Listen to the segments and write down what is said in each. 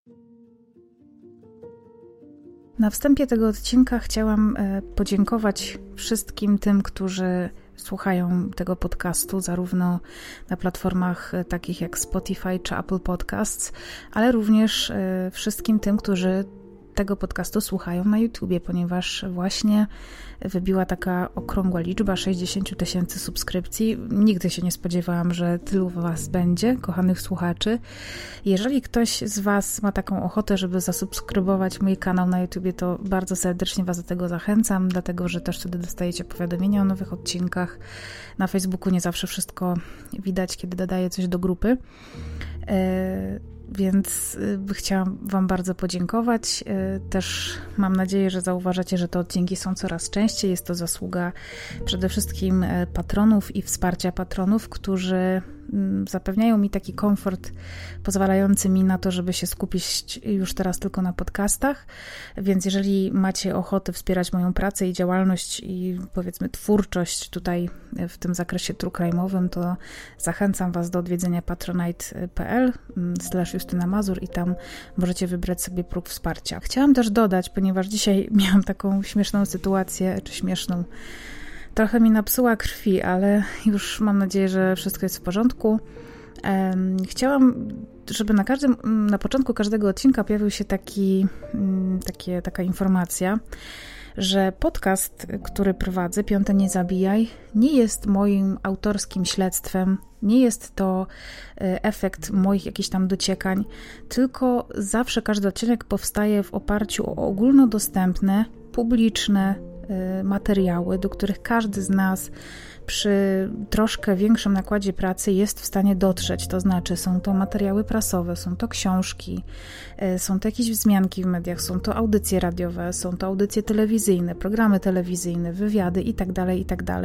Na wstępie tego odcinka chciałam podziękować wszystkim tym, którzy słuchają tego podcastu, zarówno na platformach takich jak Spotify czy Apple Podcasts, ale również wszystkim tym, którzy tego podcastu słuchają na YouTubie, ponieważ właśnie wybiła taka okrągła liczba 60 000 subskrypcji. Nigdy się nie spodziewałam, że tylu was będzie, kochanych słuchaczy. Jeżeli ktoś z was ma taką ochotę, żeby zasubskrybować mój kanał na YouTubie, to bardzo serdecznie was do tego zachęcam, dlatego że też wtedy dostajecie powiadomienia o nowych odcinkach. Na Facebooku nie zawsze wszystko widać, kiedy dodaję coś do grupy. Więc chciałam wam bardzo podziękować. Też mam nadzieję, że zauważacie, że te odcinki są coraz częściej. Jest to zasługa przede wszystkim patronów i wsparcia patronów, którzy zapewniają mi taki komfort pozwalający mi na to, żeby się skupić już teraz tylko na podcastach. Więc jeżeli macie ochotę wspierać moją pracę i działalność i powiedzmy twórczość tutaj w tym zakresie true crime'owym, to zachęcam was do odwiedzenia patronite.pl/Justyna Mazur i tam możecie wybrać sobie próg wsparcia. Chciałam też dodać, ponieważ dzisiaj miałam taką śmieszną sytuację, czy śmieszną, trochę mi napsuła krwi, ale już mam nadzieję, że wszystko jest w porządku. Chciałam, żeby na początku każdego odcinka pojawił się taka informacja, że podcast, który prowadzę, Piąte Nie Zabijaj, nie jest moim autorskim śledztwem, nie jest to efekt moich jakichś tam dociekań, tylko zawsze każdy odcinek powstaje w oparciu o ogólnodostępne, publiczne materiały, do których każdy z nas przy troszkę większym nakładzie pracy jest w stanie dotrzeć. To znaczy są to materiały prasowe, są to książki, są to jakieś wzmianki w mediach, są to audycje radiowe, są to audycje telewizyjne, programy telewizyjne, wywiady itd., itd.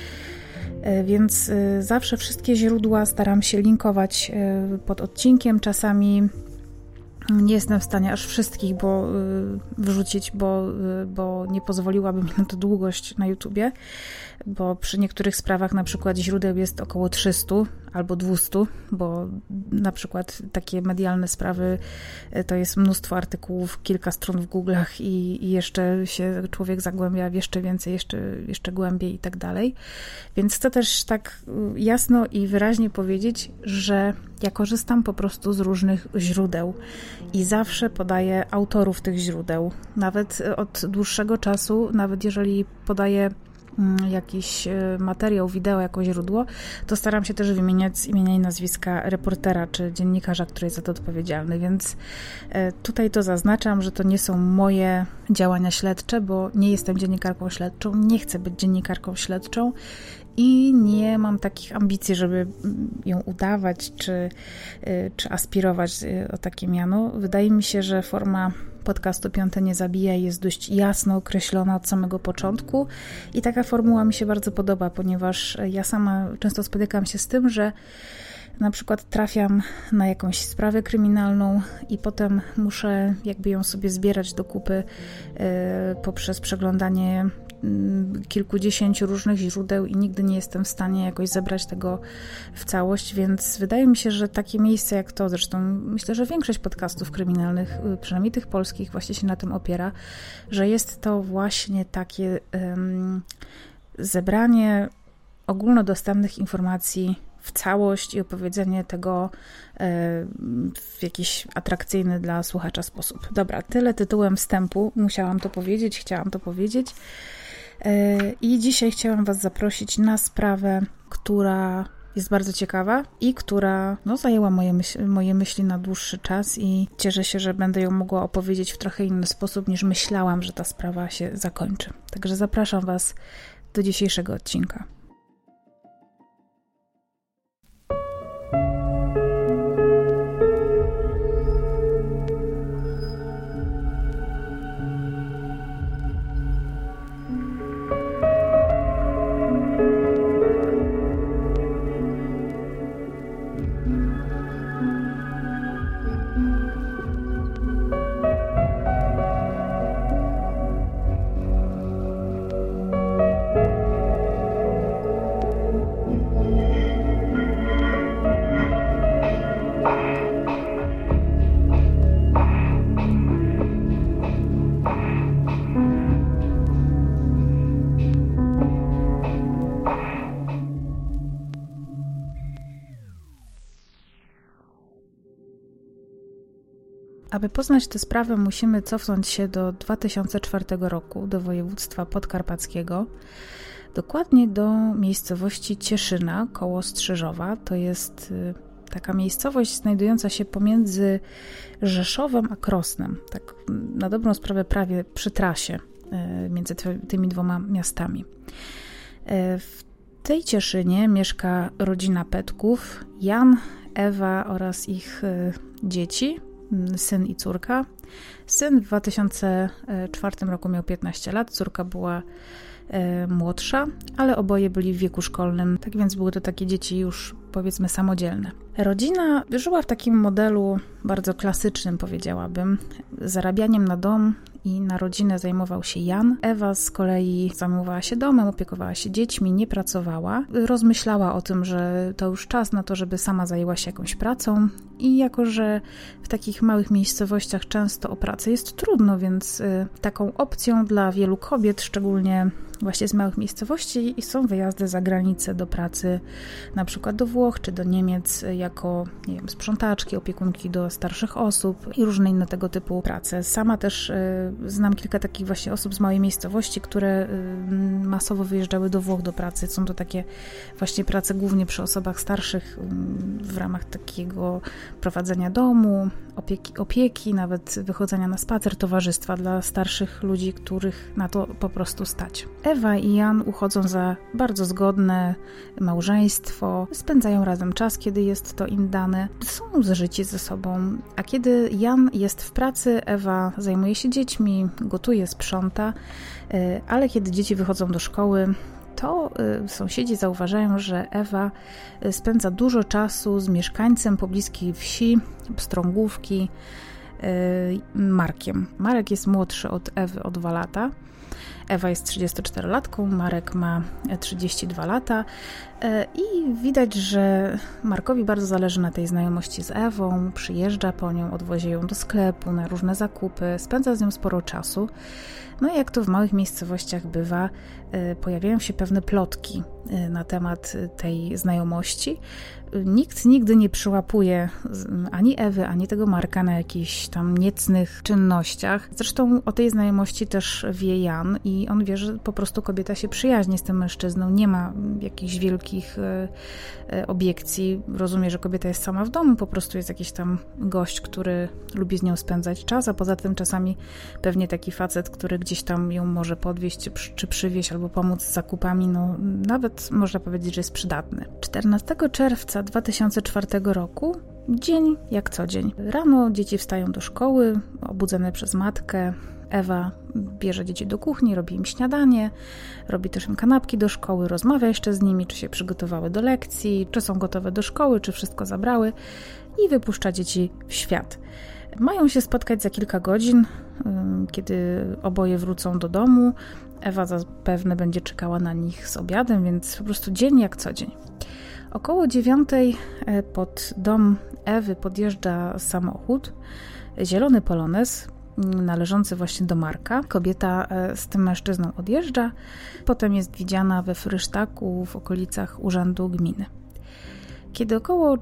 Więc zawsze wszystkie źródła staram się linkować pod odcinkiem. Czasami nie jestem w stanie aż wszystkich wrzucić, bo nie pozwoliłaby mi na to długość na YouTubie, bo przy niektórych sprawach na przykład źródeł jest około 300 albo 200, bo na przykład takie medialne sprawy to jest mnóstwo artykułów, kilka stron w Google'ach i jeszcze się człowiek zagłębia w jeszcze więcej, jeszcze głębiej i tak dalej. Więc chcę też tak jasno i wyraźnie powiedzieć, że ja korzystam po prostu z różnych źródeł i zawsze podaję autorów tych źródeł. Nawet od dłuższego czasu, nawet jeżeli podaję jakiś materiał, wideo jako źródło, to staram się też wymieniać z imienia i nazwiska reportera czy dziennikarza, który jest za to odpowiedzialny, więc tutaj to zaznaczam, że to nie są moje działania śledcze, bo nie jestem dziennikarką śledczą, nie chcę być dziennikarką śledczą i nie mam takich ambicji, żeby ją udawać czy aspirować o takie miano. Wydaje mi się, że forma podcastu Piąte Nie Zabijaj jest dość jasno określona od samego początku i taka formuła mi się bardzo podoba, ponieważ ja sama często spotykam się z tym, że na przykład trafiam na jakąś sprawę kryminalną i potem muszę jakby ją sobie zbierać do kupy poprzez przeglądanie kilkudziesięciu różnych źródeł i nigdy nie jestem w stanie jakoś zebrać tego w całość, więc wydaje mi się, że takie miejsce jak to, zresztą myślę, że większość podcastów kryminalnych, przynajmniej tych polskich, właśnie się na tym opiera, że jest to właśnie takie zebranie ogólnodostępnych informacji w całość i opowiedzenie tego w jakiś atrakcyjny dla słuchacza sposób. Dobra, tyle tytułem wstępu. Musiałam to powiedzieć, chciałam to powiedzieć. I dzisiaj chciałam was zaprosić na sprawę, która jest bardzo ciekawa i która zajęła moje myśli na dłuższy czas i cieszę się, że będę ją mogła opowiedzieć w trochę inny sposób niż myślałam, że ta sprawa się zakończy. Także zapraszam was do dzisiejszego odcinka. Aby poznać tę sprawę, musimy cofnąć się do 2004 roku, do województwa podkarpackiego, dokładnie do miejscowości Cieszyna koło Strzyżowa. To jest taka miejscowość znajdująca się pomiędzy Rzeszowem a Krosnem, tak na dobrą sprawę prawie przy trasie między tymi dwoma miastami. W tej Cieszynie mieszka rodzina Petków, Jan, Ewa oraz ich dzieci, syn i córka. Syn w 2004 roku miał 15 lat, córka była młodsza, ale oboje byli w wieku szkolnym, tak więc były to takie dzieci już powiedzmy samodzielne. Rodzina żyła w takim modelu bardzo klasycznym, powiedziałabym. Zarabianiem na dom i na rodzinę zajmował się Jan. Ewa z kolei zajmowała się domem, opiekowała się dziećmi, nie pracowała. Rozmyślała o tym, że to już czas na to, żeby sama zajęła się jakąś pracą i jako, że w takich małych miejscowościach często o pracę jest trudno, więc taką opcją dla wielu kobiet, szczególnie właśnie z małych miejscowości, są wyjazdy za granicę do pracy, na przykład do Włoch czy do Niemiec jako, nie wiem, sprzątaczki, opiekunki do starszych osób i różne inne tego typu prace. Sama też znam kilka takich właśnie osób z małej miejscowości, które masowo wyjeżdżały do Włoch do pracy. Są to takie właśnie prace głównie przy osobach starszych w ramach takiego prowadzenia domu, opieki, nawet wychodzenia na spacer, towarzystwa dla starszych ludzi, których na to po prostu stać. Ewa i Jan uchodzą za bardzo zgodne małżeństwo, spędzają razem czas, kiedy jest to im dane, są zżyci ze sobą, a kiedy Jan jest w pracy, Ewa zajmuje się dziećmi, gotuje, sprząta, ale kiedy dzieci wychodzą do szkoły, to sąsiedzi zauważają, że Ewa spędza dużo czasu z mieszkańcem pobliskiej wsi, Pstrągówki, Markiem. Marek jest młodszy od Ewy o 2 lata. Ewa jest 34-latką, Marek ma 32 lata i widać, że Markowi bardzo zależy na tej znajomości z Ewą, przyjeżdża po nią, odwozi ją do sklepu na różne zakupy, spędza z nią sporo czasu. No i jak to w małych miejscowościach bywa, pojawiają się pewne plotki na temat tej znajomości. Nikt nigdy nie przyłapuje ani Ewy, ani tego Marka na jakichś tam niecnych czynnościach. Zresztą o tej znajomości też wie Jan i on wie, że po prostu kobieta się przyjaźni z tym mężczyzną, nie ma jakichś wielkich obiekcji. Rozumie, że kobieta jest sama w domu, po prostu jest jakiś tam gość, który lubi z nią spędzać czas, a poza tym czasami pewnie taki facet, który gdzieś tam ją może podwieźć czy przywieźć albo pomóc z zakupami, no nawet można powiedzieć, że jest przydatny. 14 czerwca 2004 roku, dzień jak co dzień. Rano dzieci wstają do szkoły, obudzone przez matkę. Ewa bierze dzieci do kuchni, robi im śniadanie, robi też im kanapki do szkoły, rozmawia jeszcze z nimi, czy się przygotowały do lekcji, czy są gotowe do szkoły, czy wszystko zabrały i wypuszcza dzieci w świat. Mają się spotkać za kilka godzin, kiedy oboje wrócą do domu. Ewa zapewne będzie czekała na nich z obiadem, więc po prostu dzień jak co dzień. Około 9:00 pod dom Ewy podjeżdża samochód, zielony Polones, należący właśnie do Marka. Kobieta z tym mężczyzną odjeżdża, potem jest widziana we Frysztaku w okolicach urzędu gminy. Kiedy około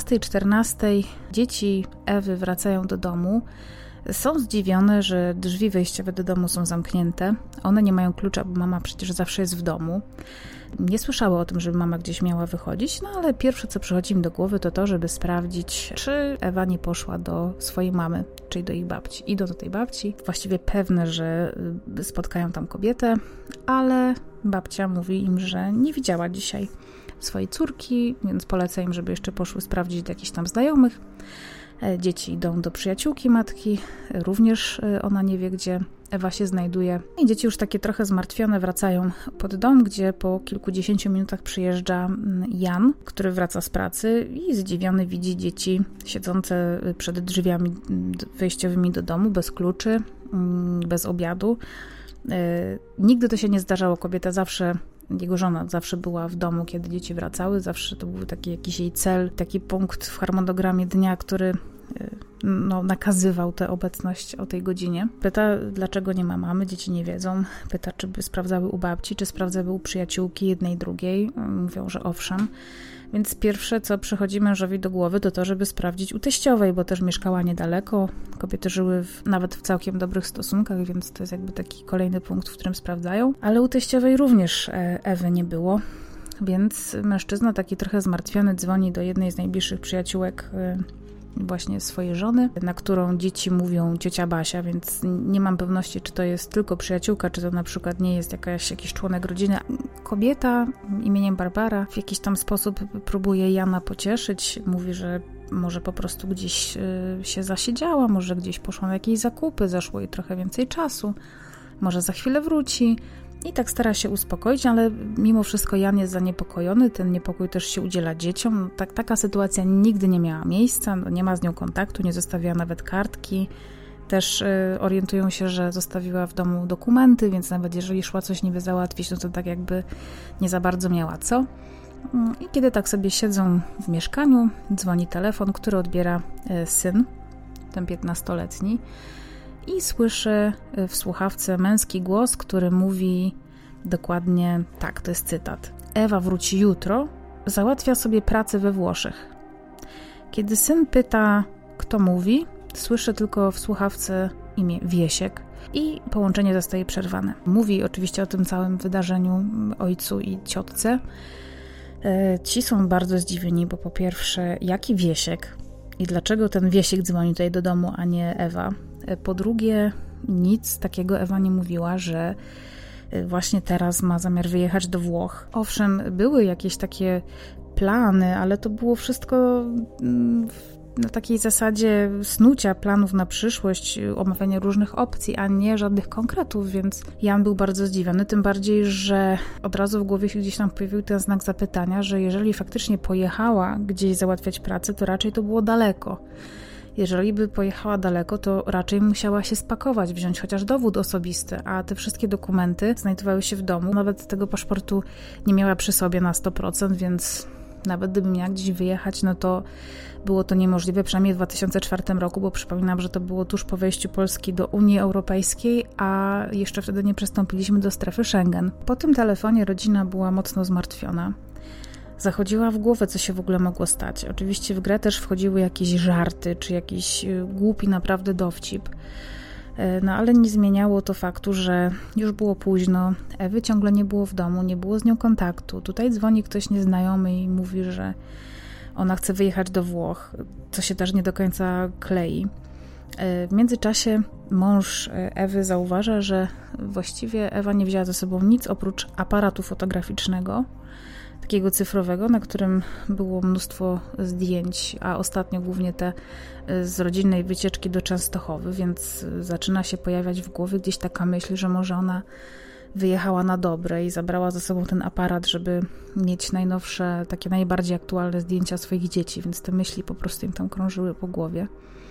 13:14 dzieci Ewy wracają do domu, są zdziwione, że drzwi wejściowe do domu są zamknięte. One nie mają klucza, bo mama przecież zawsze jest w domu. Nie słyszały o tym, żeby mama gdzieś miała wychodzić, no ale pierwsze, co przychodzi im do głowy, to to, żeby sprawdzić, czy Ewa nie poszła do swojej mamy, czyli do ich babci. Idą do tej babci, właściwie pewne, że spotkają tam kobietę, ale babcia mówi im, że nie widziała dzisiaj swojej córki, więc poleca im, żeby jeszcze poszły sprawdzić do jakichś tam znajomych. Dzieci idą do przyjaciółki matki, również ona nie wie, gdzie Ewa się znajduje. I dzieci już takie trochę zmartwione wracają pod dom, gdzie po kilkudziesięciu minutach przyjeżdża Jan, który wraca z pracy i zdziwiony widzi dzieci siedzące przed drzwiami wejściowymi do domu, bez kluczy, bez obiadu. Nigdy to się nie zdarzało, kobieta zawsze, jego żona zawsze była w domu, kiedy dzieci wracały, zawsze to był taki jakiś jej cel, taki punkt w harmonogramie dnia, który nakazywał tę obecność o tej godzinie. Pyta, dlaczego nie ma mamy, dzieci nie wiedzą. Pyta, czy by sprawdzały u babci, czy sprawdzały u przyjaciółki jednej, drugiej. Mówią, że owszem. Więc pierwsze, co przychodzi mężowi do głowy, to to, żeby sprawdzić u teściowej, bo też mieszkała niedaleko. Kobiety żyły nawet w całkiem dobrych stosunkach, więc to jest jakby taki kolejny punkt, w którym sprawdzają. Ale u teściowej również Ewy nie było. Więc mężczyzna taki trochę zmartwiony dzwoni do jednej z najbliższych przyjaciółek właśnie swojej żony, na którą dzieci mówią ciocia Basia, więc nie mam pewności, czy to jest tylko przyjaciółka, czy to na przykład nie jest jakiś członek rodziny. Kobieta imieniem Barbara w jakiś tam sposób próbuje Jana pocieszyć. Mówi, że może po prostu gdzieś się zasiedziała, może gdzieś poszła na jakieś zakupy, zeszło jej trochę więcej czasu, może za chwilę wróci. I tak stara się uspokoić, ale mimo wszystko Jan jest zaniepokojony, ten niepokój też się udziela dzieciom. Taka sytuacja nigdy nie miała miejsca, nie ma z nią kontaktu, nie zostawiła nawet kartki. Też orientują się, że zostawiła w domu dokumenty, więc nawet jeżeli szła coś niby załatwić, no to tak jakby nie za bardzo miała co. I kiedy tak sobie siedzą w mieszkaniu, dzwoni telefon, który odbiera syn, ten 15-letni. I słyszy w słuchawce męski głos, który mówi dokładnie tak, to jest cytat. Ewa wróci jutro, załatwia sobie pracę we Włoszech. Kiedy syn pyta, kto mówi, słyszy tylko w słuchawce imię Wiesiek i połączenie zostaje przerwane. Mówi oczywiście o tym całym wydarzeniu ojcu i ciotce. Ci są bardzo zdziwieni, bo po pierwsze, jaki Wiesiek i dlaczego ten Wiesiek dzwoni tutaj do domu, a nie Ewa? Po drugie, nic takiego Ewa nie mówiła, że właśnie teraz ma zamiar wyjechać do Włoch. Owszem, były jakieś takie plany, ale to było wszystko na takiej zasadzie snucia planów na przyszłość, omawiania różnych opcji, a nie żadnych konkretów, więc Jan był bardzo zdziwiony, tym bardziej, że od razu w głowie się gdzieś tam pojawił ten znak zapytania, że jeżeli faktycznie pojechała gdzieś załatwiać pracę, to raczej to było daleko. Jeżeli by pojechała daleko, to raczej musiała się spakować, wziąć chociaż dowód osobisty, a te wszystkie dokumenty znajdowały się w domu. Nawet tego paszportu nie miała przy sobie na 100%, więc nawet gdyby miała gdzieś wyjechać, no to było to niemożliwe, przynajmniej w 2004 roku, bo przypominam, że to było tuż po wejściu Polski do Unii Europejskiej, a jeszcze wtedy nie przystąpiliśmy do strefy Schengen. Po tym telefonie rodzina była mocno zmartwiona. Zachodziła w głowę, co się w ogóle mogło stać. Oczywiście w grę też wchodziły jakieś żarty, czy jakiś głupi naprawdę dowcip. No ale nie zmieniało to faktu, że już było późno, Ewy ciągle nie było w domu, nie było z nią kontaktu. Tutaj dzwoni ktoś nieznajomy i mówi, że ona chce wyjechać do Włoch, co się też nie do końca klei. W międzyczasie mąż Ewy zauważa, że właściwie Ewa nie wzięła ze sobą nic oprócz aparatu fotograficznego, takiego cyfrowego, na którym było mnóstwo zdjęć, a ostatnio głównie te z rodzinnej wycieczki do Częstochowy, więc zaczyna się pojawiać w głowie gdzieś taka myśl, że może ona wyjechała na dobre i zabrała ze sobą ten aparat, żeby mieć najnowsze, takie najbardziej aktualne zdjęcia swoich dzieci, więc te myśli po prostu im tam krążyły po głowie.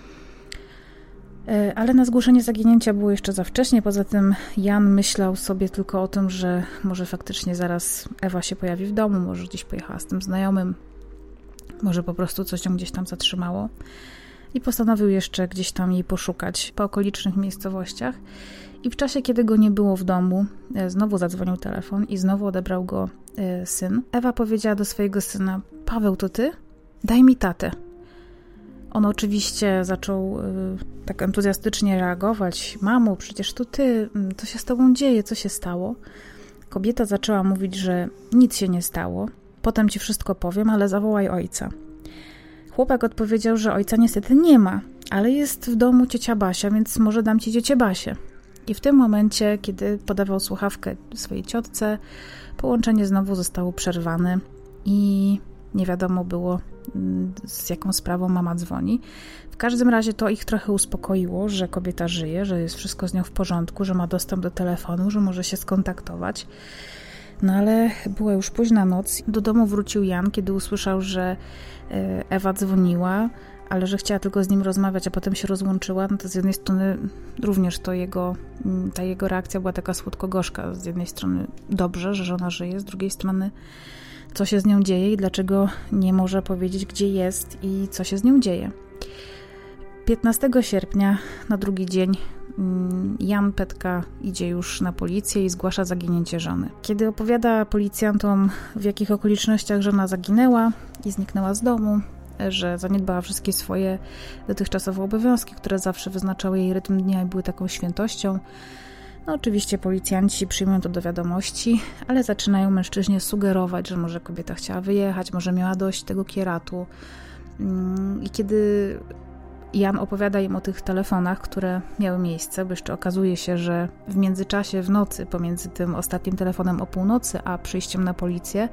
Ale na zgłoszenie zaginięcia było jeszcze za wcześnie. Poza tym Jan myślał sobie tylko o tym, że może faktycznie zaraz Ewa się pojawi w domu, może gdzieś pojechała z tym znajomym, może po prostu coś ją gdzieś tam zatrzymało. I postanowił jeszcze gdzieś tam jej poszukać po okolicznych miejscowościach. I w czasie, kiedy go nie było w domu, znowu zadzwonił telefon i znowu odebrał go syn. Ewa powiedziała do swojego syna: Paweł, to ty? Daj mi tatę. On oczywiście zaczął tak entuzjastycznie reagować. Mamo, przecież to ty, co się z tobą dzieje, co się stało? Kobieta zaczęła mówić, że nic się nie stało. Potem ci wszystko powiem, ale zawołaj ojca. Chłopak odpowiedział, że ojca niestety nie ma, ale jest w domu ciocia Basia, więc może dam ci ciocię Basię. I w tym momencie, kiedy podawał słuchawkę swojej ciotce, połączenie znowu zostało przerwane i nie wiadomo było, z jaką sprawą mama dzwoni. W każdym razie to ich trochę uspokoiło, że kobieta żyje, że jest wszystko z nią w porządku, że ma dostęp do telefonu, że może się skontaktować. No ale była już późna noc. Do domu wrócił Jan, kiedy usłyszał, że Ewa dzwoniła, ale że chciała tylko z nim rozmawiać, a potem się rozłączyła. No to z jednej strony również ta jego reakcja była taka słodko-gorzka. Z jednej strony dobrze, że żona żyje, z drugiej strony co się z nią dzieje i dlaczego nie może powiedzieć, gdzie jest i co się z nią dzieje. 15 sierpnia, na drugi dzień, Jan Petka idzie już na policję i zgłasza zaginięcie żony. Kiedy opowiada policjantom, w jakich okolicznościach żona zaginęła i zniknęła z domu, że zaniedbała wszystkie swoje dotychczasowe obowiązki, które zawsze wyznaczały jej rytm dnia i były taką świętością, no oczywiście policjanci przyjmują to do wiadomości, ale zaczynają mężczyźnie sugerować, że może kobieta chciała wyjechać, może miała dość tego kieratu. I kiedy Jan opowiada im o tych telefonach, które miały miejsce, bo jeszcze okazuje się, że w międzyczasie w nocy, pomiędzy tym ostatnim telefonem o północy, a przyjściem na policję,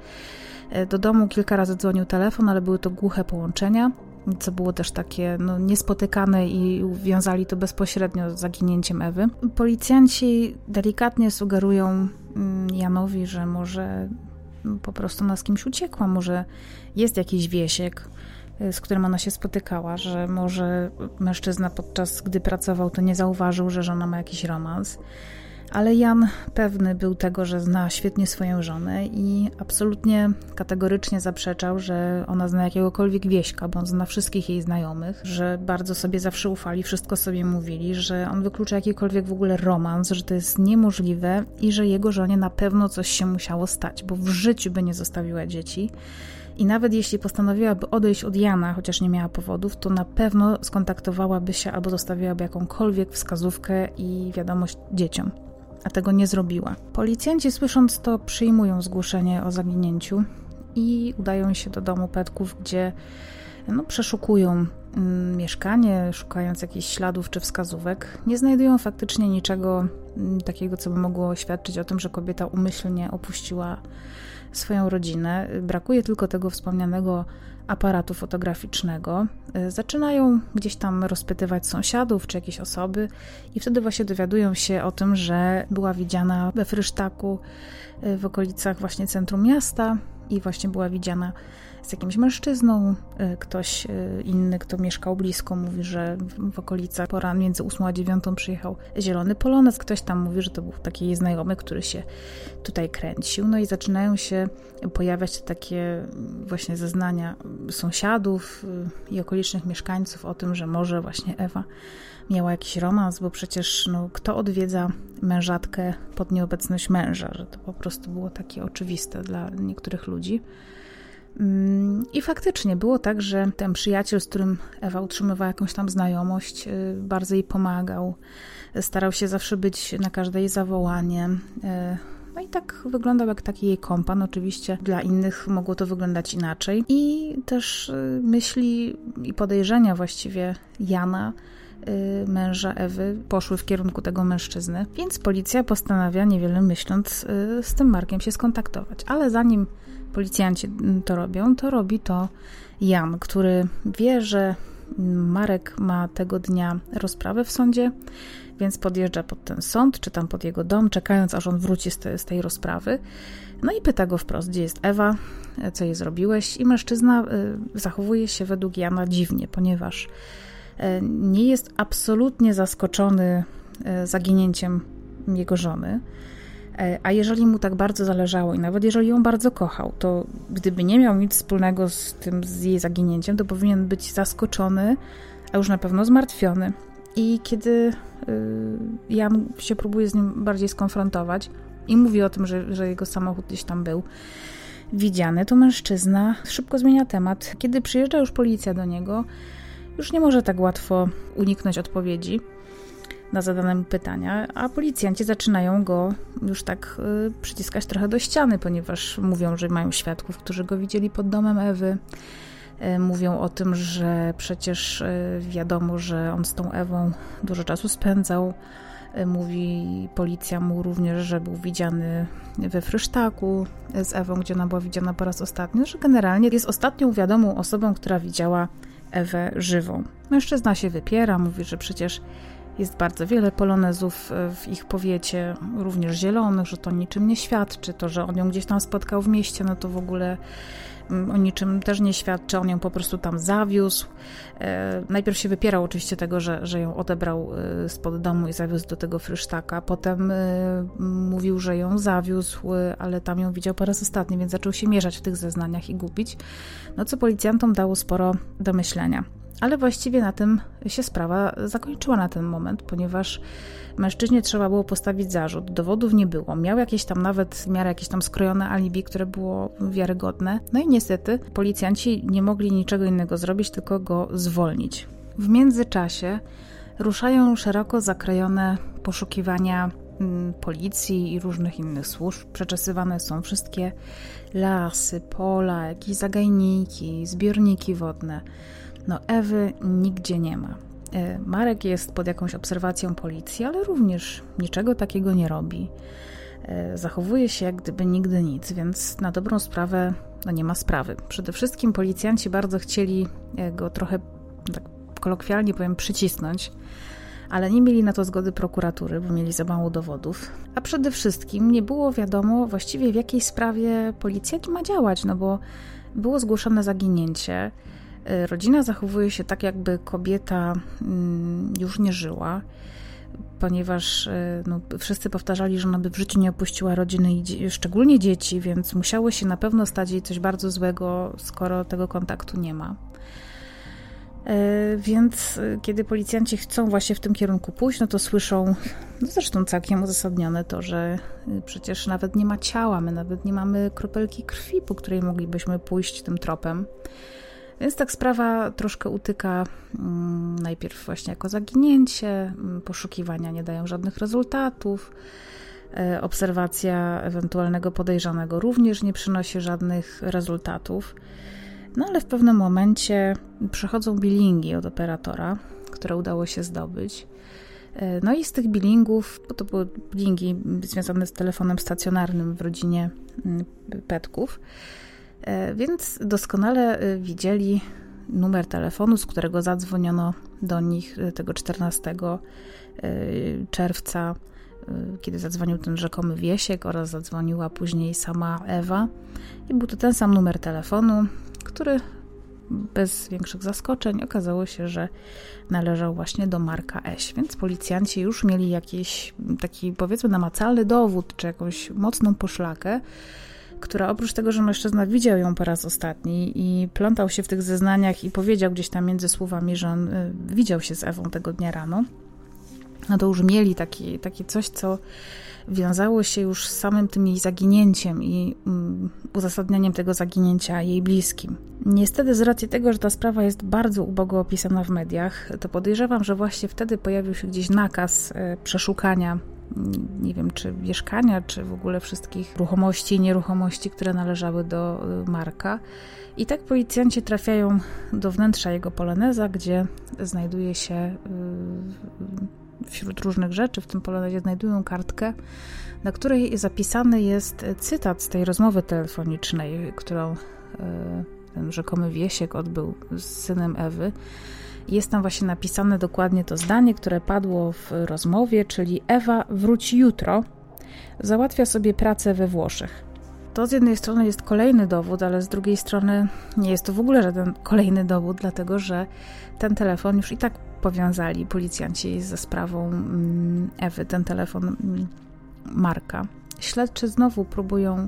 do domu kilka razy dzwonił telefon, ale były to głuche połączenia, co było też takie niespotykane i wiązali to bezpośrednio z zaginięciem Ewy. Policjanci delikatnie sugerują Janowi, że może po prostu ona z kimś uciekła, może jest jakiś Wiesiek, z którym ona się spotykała, że może mężczyzna podczas gdy pracował, to nie zauważył, że żona ma jakiś romans. Ale Jan pewny był tego, że zna świetnie swoją żonę i absolutnie kategorycznie zaprzeczał, że ona zna jakiegokolwiek Wieśka, bo on zna wszystkich jej znajomych, że bardzo sobie zawsze ufali, wszystko sobie mówili, że on wyklucza jakikolwiek w ogóle romans, że to jest niemożliwe i że jego żonie na pewno coś się musiało stać, bo w życiu by nie zostawiła dzieci. I nawet jeśli postanowiłaby odejść od Jana, chociaż nie miała powodów, to na pewno skontaktowałaby się albo zostawiłaby jakąkolwiek wskazówkę i wiadomość dzieciom. A tego nie zrobiła. Policjanci, słysząc to, przyjmują zgłoszenie o zaginięciu i udają się do domu Petków, gdzie przeszukują mieszkanie, szukając jakichś śladów czy wskazówek. Nie znajdują faktycznie niczego takiego, co by mogło świadczyć o tym, że kobieta umyślnie opuściła swoją rodzinę. Brakuje tylko tego wspomnianego aparatu fotograficznego. Zaczynają gdzieś tam rozpytywać sąsiadów czy jakieś osoby i wtedy właśnie dowiadują się o tym, że była widziana we Frysztaku w okolicach właśnie centrum miasta i właśnie była widziana z jakimś mężczyzną. Ktoś inny, kto mieszkał blisko, mówi, że w okolicach pora między 8 a 9 przyjechał zielony polonez. Ktoś tam mówi, że to był taki jej znajomy, który się tutaj kręcił. No i zaczynają się pojawiać takie właśnie zeznania sąsiadów i okolicznych mieszkańców o tym, że może właśnie Ewa miała jakiś romans, bo przecież kto odwiedza mężatkę pod nieobecność męża, że to po prostu było takie oczywiste dla niektórych ludzi. I faktycznie było tak, że ten przyjaciel, z którym Ewa utrzymywała jakąś tam znajomość, bardzo jej pomagał, starał się zawsze być na każde jej zawołanie. No i tak wyglądał jak taki jej kompan. Oczywiście dla innych mogło to wyglądać inaczej. I też myśli i podejrzenia właściwie Jana, męża Ewy, poszły w kierunku tego mężczyzny, więc policja postanawia, niewiele myśląc, z tym Markiem się skontaktować. Ale zanim policjanci to robią, to robi to Jan, który wie, że Marek ma tego dnia rozprawę w sądzie, więc podjeżdża pod ten sąd, czy tam pod jego dom, czekając, aż on wróci z tej rozprawy. No i pyta go wprost, gdzie jest Ewa, co jej zrobiłeś? I mężczyzna zachowuje się według Jana dziwnie, ponieważ nie jest absolutnie zaskoczony zaginięciem jego żony, a jeżeli mu tak bardzo zależało i nawet jeżeli ją bardzo kochał, to gdyby nie miał nic wspólnego z jej zaginięciem, to powinien być zaskoczony, a już na pewno zmartwiony. I kiedy Jan się próbuje z nim bardziej skonfrontować i mówi o tym, że jego samochód gdzieś tam był widziany, to mężczyzna szybko zmienia temat. Kiedy przyjeżdża już policja do niego, już nie może tak łatwo uniknąć odpowiedzi na zadane mu pytania, a policjanci zaczynają go już tak przyciskać trochę do ściany, ponieważ mówią, że mają świadków, którzy go widzieli pod domem Ewy. Mówią o tym, że przecież wiadomo, że on z tą Ewą dużo czasu spędzał. Policja mu również, że był widziany we Frysztaku z Ewą, gdzie ona była widziana po raz ostatni, że generalnie jest ostatnią wiadomą osobą, która widziała Ewę żywą. Mężczyzna się wypiera, mówi, że przecież jest bardzo wiele polonezów w ich powiecie, również zielonych, że to niczym nie świadczy. To, że on ją gdzieś tam spotkał w mieście, no to w ogóle o niczym też nie świadczy. On ją po prostu tam zawiózł. Najpierw się wypierał oczywiście tego, że ją odebrał spod domu i zawiózł do tego Frysztaka. Potem mówił, że ją zawiózł, ale tam ją widział po raz ostatni, więc zaczął się mieszać w tych zeznaniach i gubić. No co policjantom dało sporo do myślenia. Ale właściwie na tym się sprawa zakończyła na ten moment, ponieważ mężczyźnie trzeba było postawić zarzut. Dowodów nie było. Miał jakieś tam nawet w miarę jakieś tam skrojone alibi, które było wiarygodne. No i niestety policjanci nie mogli niczego innego zrobić, tylko go zwolnić. W międzyczasie ruszają szeroko zakrojone poszukiwania policji i różnych innych służb. Przeczesywane są wszystkie lasy, pola, jakieś zagajniki, zbiorniki wodne. No Ewy nigdzie nie ma. Marek jest pod jakąś obserwacją policji, ale również niczego takiego nie robi. Zachowuje się jak gdyby nigdy nic, więc na dobrą sprawę nie ma sprawy. Przede wszystkim policjanci bardzo chcieli go trochę, tak kolokwialnie powiem, przycisnąć, ale nie mieli na to zgody prokuratury, bo mieli za mało dowodów. A przede wszystkim nie było wiadomo właściwie w jakiej sprawie policja ma działać, no bo było zgłoszone zaginięcie. Rodzina zachowuje się tak, jakby kobieta już nie żyła, ponieważ wszyscy powtarzali, że ona by w życiu nie opuściła rodziny i szczególnie dzieci, więc musiało się na pewno stać jej coś bardzo złego, skoro tego kontaktu nie ma. Więc kiedy policjanci chcą właśnie w tym kierunku pójść, no to słyszą, zresztą całkiem uzasadnione to, że przecież nawet nie ma ciała, my nawet nie mamy kropelki krwi, po której moglibyśmy pójść tym tropem. Więc tak sprawa troszkę utyka, najpierw właśnie jako zaginięcie, poszukiwania nie dają żadnych rezultatów, obserwacja ewentualnego podejrzanego również nie przynosi żadnych rezultatów. No ale w pewnym momencie przychodzą billingi od operatora, które udało się zdobyć. No i z tych billingów, bo to były billingi związane z telefonem stacjonarnym w rodzinie Petków, więc doskonale widzieli numer telefonu, z którego zadzwoniono do nich tego 14 czerwca, kiedy zadzwonił ten rzekomy Wiesiek oraz zadzwoniła później sama Ewa. I był to ten sam numer telefonu, który bez większych zaskoczeń okazało się, że należał właśnie do Marka S. Więc policjanci już mieli jakiś taki, powiedzmy, namacalny dowód, czy jakąś mocną poszlakę, która oprócz tego, że mężczyzna widział ją po raz ostatni i plątał się w tych zeznaniach i powiedział gdzieś tam między słowami, że on widział się z Ewą tego dnia rano, no to już mieli takie coś, co wiązało się już z samym tym jej zaginięciem i uzasadnianiem tego zaginięcia jej bliskim. Niestety z racji tego, że ta sprawa jest bardzo ubogo opisana w mediach, to podejrzewam, że właśnie wtedy pojawił się gdzieś nakaz przeszukania, nie wiem, czy mieszkania, czy w ogóle wszystkich ruchomości i nieruchomości, które należały do Marka. I tak policjanci trafiają do wnętrza jego poloneza, gdzie znajduje się wśród różnych rzeczy, w tym polonezie znajdują kartkę, na której zapisany jest cytat z tej rozmowy telefonicznej, którą ten rzekomy Wiesiek odbył z synem Ewy. Jest tam właśnie napisane dokładnie to zdanie, które padło w rozmowie, czyli Ewa wróci jutro, załatwia sobie pracę we Włoszech. To z jednej strony jest kolejny dowód, ale z drugiej strony nie jest to w ogóle żaden kolejny dowód, dlatego że ten telefon już i tak powiązali policjanci ze sprawą Ewy, ten telefon Marka. Śledczy znowu próbują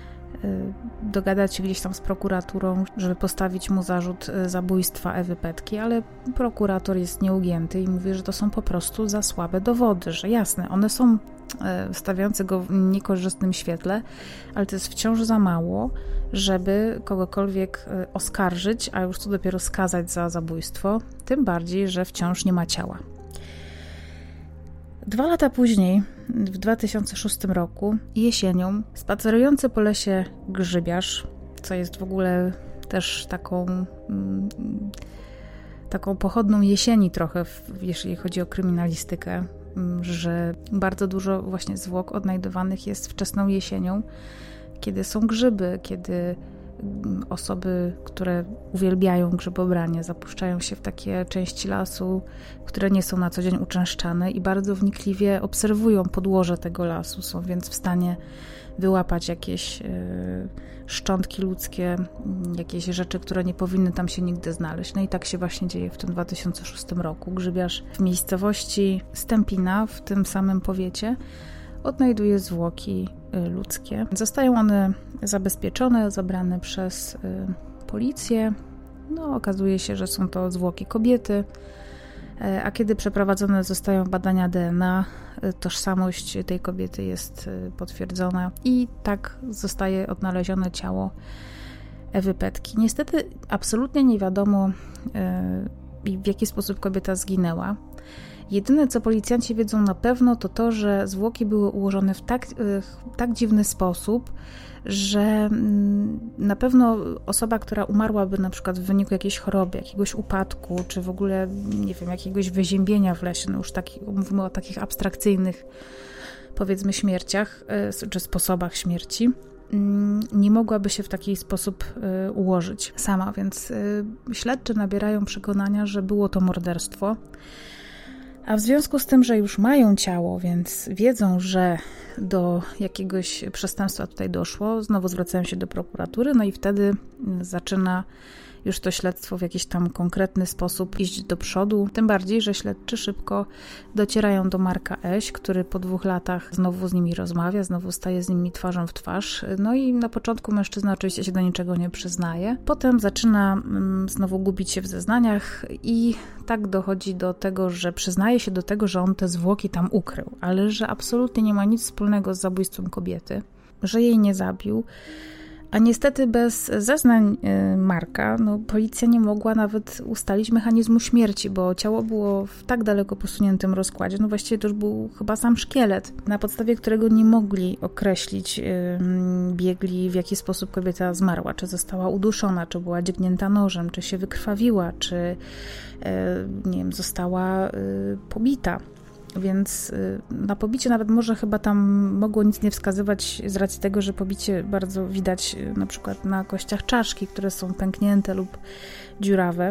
dogadać się gdzieś tam z prokuraturą, żeby postawić mu zarzut zabójstwa Ewy Petki, ale prokurator jest nieugięty i mówi, że to są po prostu za słabe dowody, że jasne, one są stawiające go w niekorzystnym świetle, ale to jest wciąż za mało, żeby kogokolwiek oskarżyć, a już co dopiero skazać za zabójstwo, tym bardziej, że wciąż nie ma ciała. 2 lata później, w 2006 roku, jesienią, spacerujący po lesie grzybiarz, co jest w ogóle też taką pochodną jesieni trochę, jeśli chodzi o kryminalistykę, że bardzo dużo właśnie zwłok odnajdywanych jest wczesną jesienią, kiedy są grzyby, kiedy osoby, które uwielbiają grzybobranie, zapuszczają się w takie części lasu, które nie są na co dzień uczęszczane i bardzo wnikliwie obserwują podłoże tego lasu. Są więc w stanie wyłapać jakieś szczątki ludzkie, jakieś rzeczy, które nie powinny tam się nigdy znaleźć. No i tak się właśnie dzieje w tym 2006 roku. Grzybiarz w miejscowości Stępina, w tym samym powiecie, odnajduje zwłoki ludzkie. Zostają one zabezpieczone, zabrane przez policję okazuje się, że są to zwłoki kobiety, a kiedy przeprowadzone zostają badania DNA, tożsamość tej kobiety jest potwierdzona i tak zostaje odnalezione ciało Ewy Petki. Niestety absolutnie nie wiadomo, w jaki sposób kobieta zginęła. Jedyne, co policjanci wiedzą na pewno, to to, że zwłoki były ułożone w tak dziwny sposób, że na pewno osoba, która umarłaby na przykład w wyniku jakiejś choroby, jakiegoś upadku, czy w ogóle, nie wiem, jakiegoś wyziębienia w lesie, już mówimy o takich abstrakcyjnych, powiedzmy, śmierciach, czy sposobach śmierci, nie mogłaby się w taki sposób ułożyć sama, więc śledczy nabierają przekonania, że było to morderstwo. A w związku z tym, że już mają ciało, więc wiedzą, że do jakiegoś przestępstwa tutaj doszło, znowu zwracają się do prokuratury, i wtedy zaczyna już to śledztwo w jakiś tam konkretny sposób iść do przodu. Tym bardziej, że śledczy szybko docierają do Marka Eś, który po 2 latach znowu z nimi rozmawia, znowu staje z nimi twarzą w twarz. I na początku mężczyzna oczywiście się do niczego nie przyznaje. Potem zaczyna znowu gubić się w zeznaniach i tak dochodzi do tego, że przyznaje się do tego, że on te zwłoki tam ukrył, ale że absolutnie nie ma nic wspólnego z zabójstwem kobiety, że jej nie zabił. A niestety bez zeznań Marka policja nie mogła nawet ustalić mechanizmu śmierci, bo ciało było w tak daleko posuniętym rozkładzie, właściwie to już był chyba sam szkielet, na podstawie którego nie mogli określić biegli, w jaki sposób kobieta zmarła, czy została uduszona, czy była dźgnięta nożem, czy się wykrwawiła, czy została pobita. Więc na pobicie nawet może chyba tam mogło nic nie wskazywać z racji tego, że pobicie bardzo widać na przykład na kościach czaszki, które są pęknięte lub dziurawe,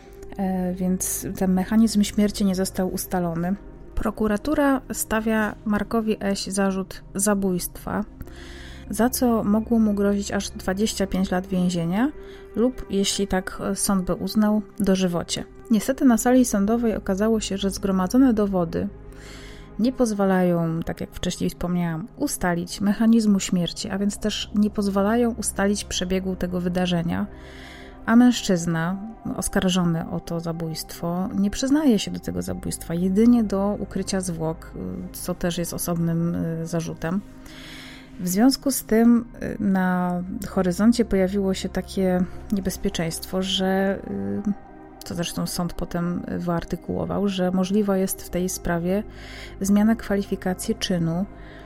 więc ten mechanizm śmierci nie został ustalony. Prokuratura stawia Markowi Eś zarzut zabójstwa, za co mogło mu grozić aż 25 lat więzienia lub, jeśli tak sąd by uznał, dożywocie. Niestety na sali sądowej okazało się, że zgromadzone dowody nie pozwalają, tak jak wcześniej wspomniałam, ustalić mechanizmu śmierci, a więc też nie pozwalają ustalić przebiegu tego wydarzenia, a mężczyzna oskarżony o to zabójstwo nie przyznaje się do tego zabójstwa, jedynie do ukrycia zwłok, co też jest osobnym zarzutem. W związku z tym na horyzoncie pojawiło się takie niebezpieczeństwo, że, co zresztą sąd potem wyartykułował, że możliwa jest w tej sprawie zmiana kwalifikacji czynu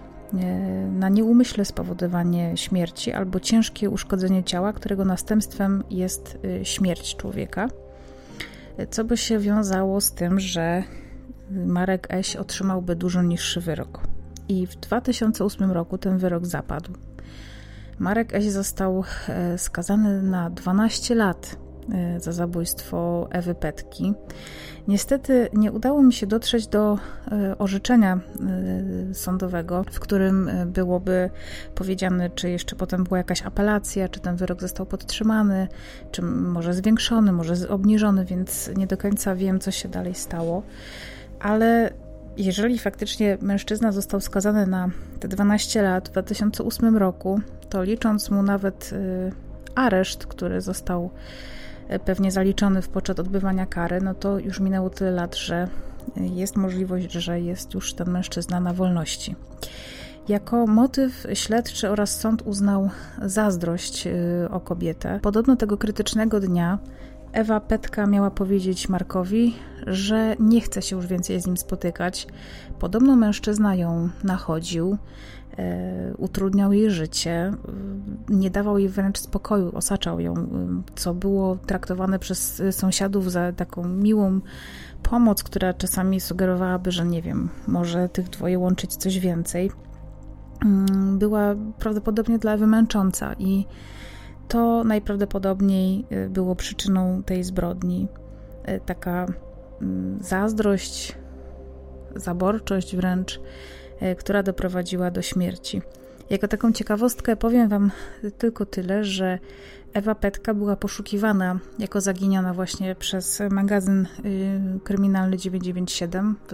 na nieumyślne spowodowanie śmierci albo ciężkie uszkodzenie ciała, którego następstwem jest śmierć człowieka, co by się wiązało z tym, że Marek Eś otrzymałby dużo niższy wyrok. I w 2008 roku ten wyrok zapadł. Marek Eś został skazany na 12 lat za zabójstwo Ewy Petki. Niestety nie udało mi się dotrzeć do orzeczenia sądowego, w którym byłoby powiedziane, czy jeszcze potem była jakaś apelacja, czy ten wyrok został podtrzymany, czy może zwiększony, może obniżony, więc nie do końca wiem, co się dalej stało. Ale jeżeli faktycznie mężczyzna został skazany na te 12 lat w 2008 roku, to licząc mu nawet areszt, który został pewnie zaliczony w poczet odbywania kary, to już minęło tyle lat, że jest możliwość, że jest już ten mężczyzna na wolności. Jako motyw śledczy oraz sąd uznał zazdrość o kobietę. Podobno tego krytycznego dnia Ewa Petka miała powiedzieć Markowi, że nie chce się już więcej z nim spotykać. Podobno mężczyzna ją nachodził, utrudniał jej życie, nie dawał jej wręcz spokoju, osaczał ją, co było traktowane przez sąsiadów za taką miłą pomoc, która czasami sugerowałaby, że nie wiem, może tych dwoje łączyć coś więcej. Była prawdopodobnie dla Ewy męcząca i to najprawdopodobniej było przyczyną tej zbrodni. Taka zazdrość, zaborczość wręcz, która doprowadziła do śmierci. Jako taką ciekawostkę powiem Wam tylko tyle, że Ewa Petka była poszukiwana jako zaginiona właśnie przez magazyn kryminalny 997. W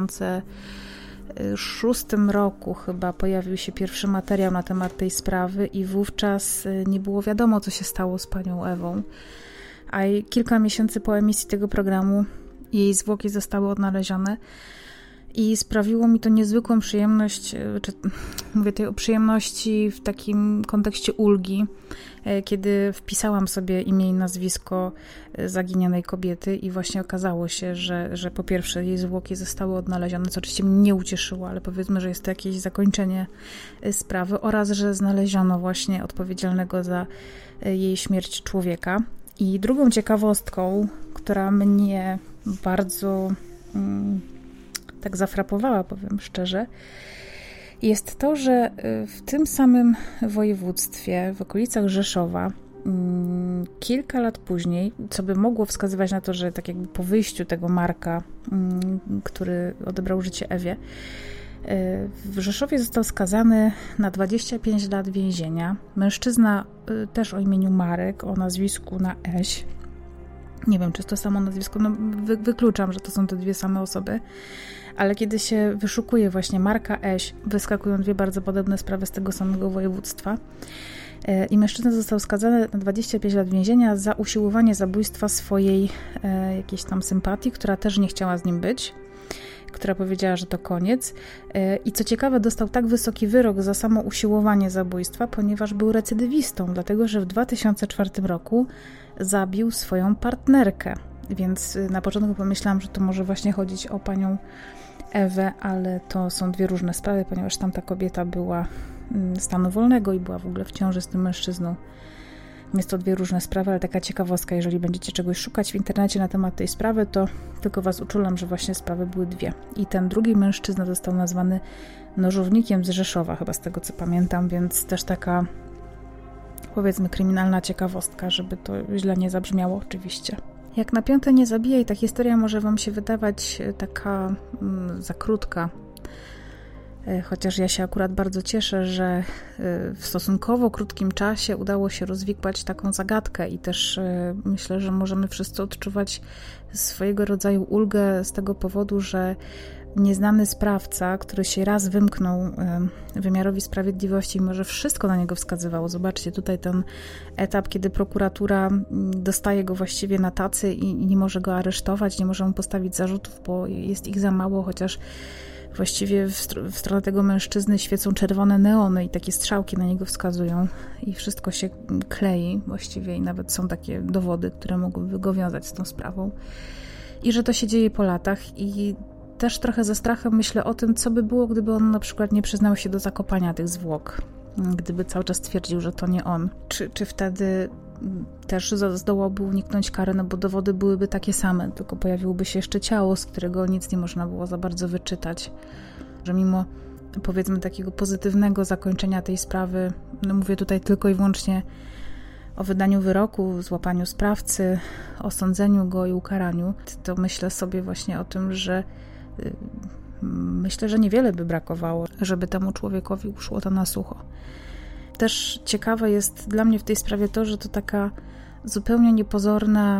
2006 roku chyba pojawił się pierwszy materiał na temat tej sprawy i wówczas nie było wiadomo, co się stało z panią Ewą. a kilka miesięcy po emisji tego programu jej zwłoki zostały odnalezione i sprawiło mi to niezwykłą przyjemność, mówię tutaj o przyjemności w takim kontekście ulgi, kiedy wpisałam sobie imię i nazwisko zaginionej kobiety i właśnie okazało się, że po pierwsze jej zwłoki zostały odnalezione, co oczywiście mnie nie ucieszyło, ale powiedzmy, że jest to jakieś zakończenie sprawy oraz, że znaleziono właśnie odpowiedzialnego za jej śmierć człowieka. I drugą ciekawostką, która mnie bardzo tak zafrapowała, powiem szczerze, jest to, że w tym samym województwie, w okolicach Rzeszowa, kilka lat później, co by mogło wskazywać na to, że tak jakby po wyjściu tego Marka, który odebrał życie Ewie, w Rzeszowie został skazany na 25 lat więzienia. Mężczyzna też o imieniu Marek, o nazwisku na Eś. Nie wiem, czy jest to samo nazwisko, wykluczam, że to są te dwie same osoby. Ale kiedy się wyszukuje właśnie Marka Eś, wyskakują dwie bardzo podobne sprawy z tego samego województwa. I mężczyzna został skazany na 25 lat więzienia za usiłowanie zabójstwa swojej jakiejś tam sympatii, która też nie chciała z nim być, która powiedziała, że to koniec. I co ciekawe, dostał tak wysoki wyrok za samo usiłowanie zabójstwa, ponieważ był recydywistą, dlatego że w 2004 roku zabił swoją partnerkę. Więc na początku pomyślałam, że to może właśnie chodzić o panią Ewę, ale to są dwie różne sprawy, ponieważ tamta kobieta była stanu wolnego i była w ogóle w ciąży z tym mężczyzną. Jest to dwie różne sprawy, ale taka ciekawostka, jeżeli będziecie czegoś szukać w internecie na temat tej sprawy, to tylko was uczulam, że właśnie sprawy były dwie. I ten drugi mężczyzna został nazwany nożownikiem z Rzeszowa, chyba z tego co pamiętam, więc też taka, powiedzmy, kryminalna ciekawostka, żeby to źle nie zabrzmiało oczywiście. Jak na piąte nie zabijaj, ta historia może wam się wydawać taka za krótka, chociaż ja się akurat bardzo cieszę, że w stosunkowo krótkim czasie udało się rozwikłać taką zagadkę i też myślę, że możemy wszyscy odczuwać swojego rodzaju ulgę z tego powodu, że nieznany sprawca, który się raz wymknął wymiarowi sprawiedliwości, mimo że wszystko na niego wskazywało. Zobaczcie, tutaj ten etap, kiedy prokuratura dostaje go właściwie na tacy i nie może go aresztować, nie może mu postawić zarzutów, bo jest ich za mało, chociaż właściwie w stronę tego mężczyzny świecą czerwone neony i takie strzałki na niego wskazują i wszystko się klei właściwie i nawet są takie dowody, które mogłyby go wiązać z tą sprawą. I że to się dzieje po latach i też trochę ze strachem myślę o tym, co by było, gdyby on na przykład nie przyznał się do zakopania tych zwłok, gdyby cały czas twierdził, że to nie on. Czy wtedy też zdołałby uniknąć kary, no bo dowody byłyby takie same, tylko pojawiłoby się jeszcze ciało, z którego nic nie można było za bardzo wyczytać. Że mimo, powiedzmy, takiego pozytywnego zakończenia tej sprawy, no mówię tutaj tylko i wyłącznie o wydaniu wyroku, złapaniu sprawcy, osądzeniu go i ukaraniu, to myślę sobie właśnie o tym, że myślę, że niewiele by brakowało, żeby temu człowiekowi uszło to na sucho. Też ciekawe jest dla mnie w tej sprawie to, że to taka zupełnie niepozorna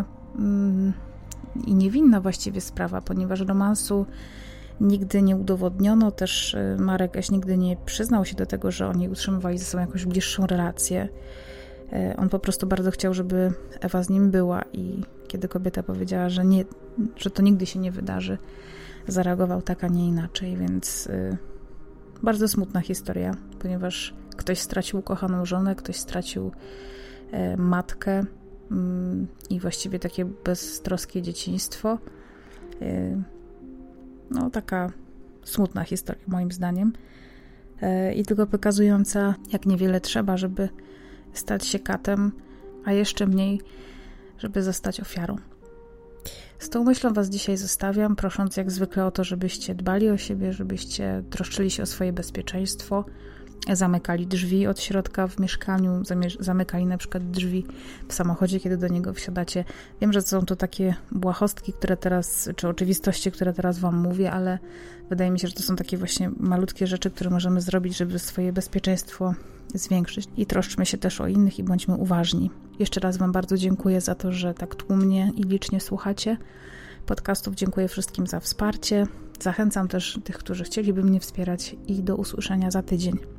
i niewinna właściwie sprawa, ponieważ romansu nigdy nie udowodniono, też Marek Eś nigdy nie przyznał się do tego, że oni utrzymywali ze sobą jakąś bliższą relację. On po prostu bardzo chciał, żeby Ewa z nim była i kiedy kobieta powiedziała, że nie, że to nigdy się nie wydarzy, zareagował tak, a nie inaczej, więc bardzo smutna historia, ponieważ ktoś stracił ukochaną żonę, ktoś stracił matkę i właściwie takie beztroskie dzieciństwo. No taka smutna historia moim zdaniem i tylko pokazująca, jak niewiele trzeba, żeby stać się katem, a jeszcze mniej, żeby zostać ofiarą. Z tą myślą was dzisiaj zostawiam, prosząc jak zwykle o to, żebyście dbali o siebie, żebyście troszczyli się o swoje bezpieczeństwo, zamykali drzwi od środka w mieszkaniu, zamykali na przykład drzwi w samochodzie, kiedy do niego wsiadacie. Wiem, że są to takie błahostki, które teraz, czy oczywistości, które teraz wam mówię, ale wydaje mi się, że to są takie właśnie malutkie rzeczy, które możemy zrobić, żeby swoje bezpieczeństwo zwiększyć. I troszczmy się też o innych i bądźmy uważni. Jeszcze raz wam bardzo dziękuję za to, że tak tłumnie i licznie słuchacie podcastów. Dziękuję wszystkim za wsparcie. Zachęcam też tych, którzy chcieliby mnie wspierać i do usłyszenia za tydzień.